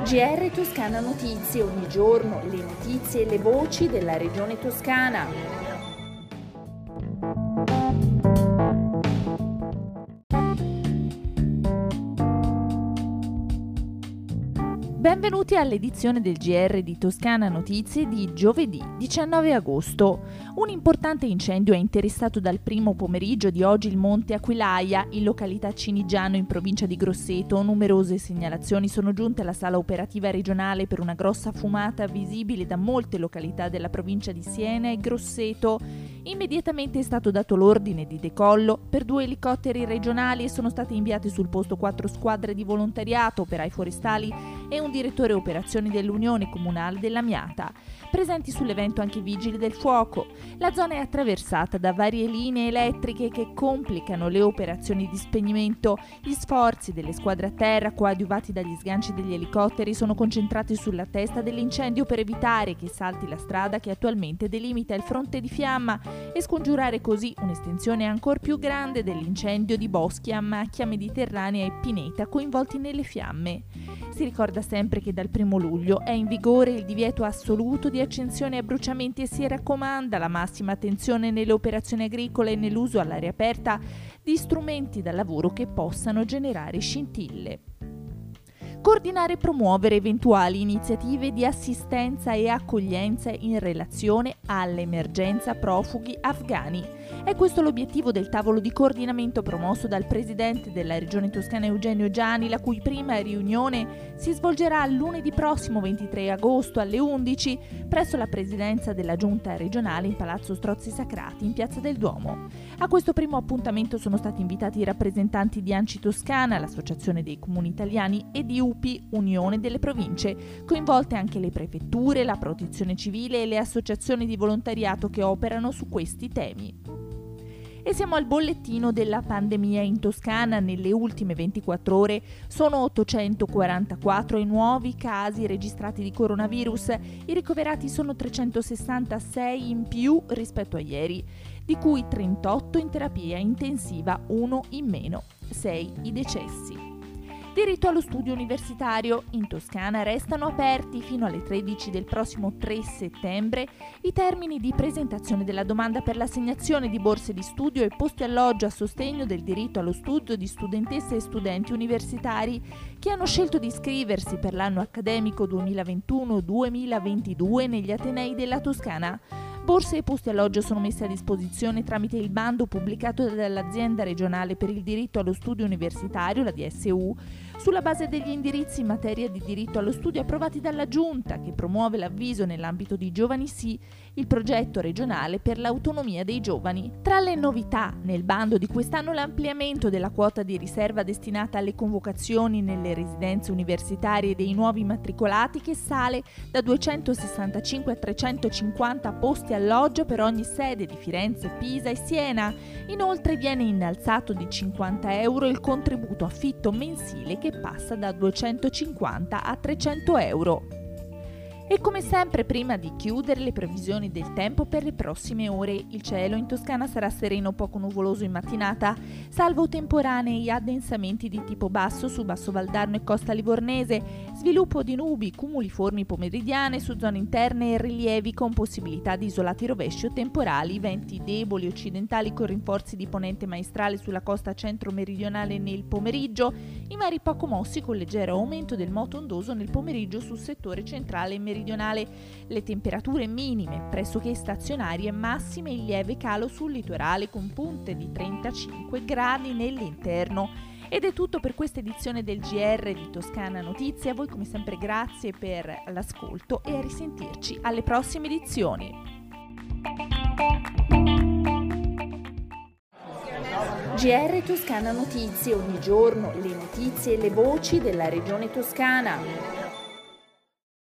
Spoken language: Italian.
GR Toscana Notizie, ogni giorno le notizie e le voci della regione toscana. Benvenuti all'edizione del GR di Toscana Notizie di giovedì 19 agosto. Un importante incendio ha interessato dal primo pomeriggio di oggi il Monte Aquilaia, in località Cinigiano in provincia di Grosseto. Numerose segnalazioni sono giunte alla sala operativa regionale per una grossa fumata visibile da molte località della provincia di Siena e Grosseto. Immediatamente è stato dato l'ordine di decollo per 2 elicotteri regionali e sono state inviate sul posto 4 squadre di volontariato, operai forestali e un direttore operazioni dell'Unione Comunale dell'Amiata. Presenti sull'evento anche i vigili del fuoco. La zona è attraversata da varie linee elettriche che complicano le operazioni di spegnimento. Gli sforzi delle squadre a terra, coadiuvati dagli sganci degli elicotteri, sono concentrati sulla testa dell'incendio per evitare che salti la strada che attualmente delimita il fronte di fiamma e scongiurare così un'estensione ancor più grande dell'incendio di boschi a macchia mediterranea e pineta coinvolti nelle fiamme. Si ricorda sempre che dal 1 luglio è in vigore il divieto assoluto di accensione a bruciamenti e si raccomanda la massima attenzione nelle operazioni agricole e nell'uso all'aria aperta di strumenti da lavoro che possano generare scintille. Coordinare e promuovere eventuali iniziative di assistenza e accoglienza in relazione all'emergenza profughi afghani. È questo l'obiettivo del tavolo di coordinamento promosso dal presidente della Regione Toscana Eugenio Giani, la cui prima riunione si svolgerà lunedì prossimo 23 agosto alle 11 presso la presidenza della Giunta regionale in Palazzo Strozzi Sacrati in Piazza del Duomo. A questo primo appuntamento sono stati invitati i rappresentanti di ANCI Toscana, l'Associazione dei Comuni Italiani, e di UPI, Unione delle Province, coinvolte anche le prefetture, la protezione civile e le associazioni di volontariato che operano su questi temi. E siamo al bollettino della pandemia in Toscana. Nelle ultime 24 ore sono 844 i nuovi casi registrati di coronavirus. I ricoverati sono 366 in più rispetto a ieri, di cui 38 in terapia intensiva, 1 in meno, 6 i decessi. Diritto allo studio universitario. In Toscana restano aperti fino alle 13 del prossimo 3 settembre i termini di presentazione della domanda per l'assegnazione di borse di studio e posti alloggio a sostegno del diritto allo studio di studentesse e studenti universitari che hanno scelto di iscriversi per l'anno accademico 2021-2022 negli Atenei della Toscana. Borse e posti alloggio sono messi a disposizione tramite il bando pubblicato dall'Azienda regionale per il diritto allo studio universitario, la DSU, sulla base degli indirizzi in materia di diritto allo studio approvati dalla Giunta, che promuove l'avviso nell'ambito di Giovani Sì, il progetto regionale per l'autonomia dei giovani. Tra le novità nel bando di quest'anno l'ampliamento della quota di riserva destinata alle convocazioni nelle residenze universitarie dei nuovi immatricolati, che sale da 265 a 350 posti alloggio per ogni sede di Firenze, Pisa e Siena. Inoltre viene innalzato di 50 euro il contributo affitto mensile, che passa da 250 a 300 euro. E come sempre, prima di chiudere, le previsioni del tempo per le prossime ore. Il cielo in Toscana sarà sereno, poco nuvoloso in mattinata, salvo temporanei addensamenti di tipo basso su Basso Valdarno e costa livornese, sviluppo di nubi cumuliformi pomeridiane su zone interne e rilievi con possibilità di isolati rovesci o temporali, venti deboli occidentali con rinforzi di ponente maestrale sulla costa centro-meridionale nel pomeriggio, i mari poco mossi con leggero aumento del moto ondoso nel pomeriggio sul settore centrale e meridionale. Le temperature minime pressoché stazionarie, massime in lieve calo sul litorale con punte di 35 gradi nell'interno. Ed è tutto per questa edizione del GR di Toscana Notizie. A voi come sempre grazie per l'ascolto e a risentirci alle prossime edizioni. GR Toscana Notizie, ogni giorno le notizie e le voci della regione toscana.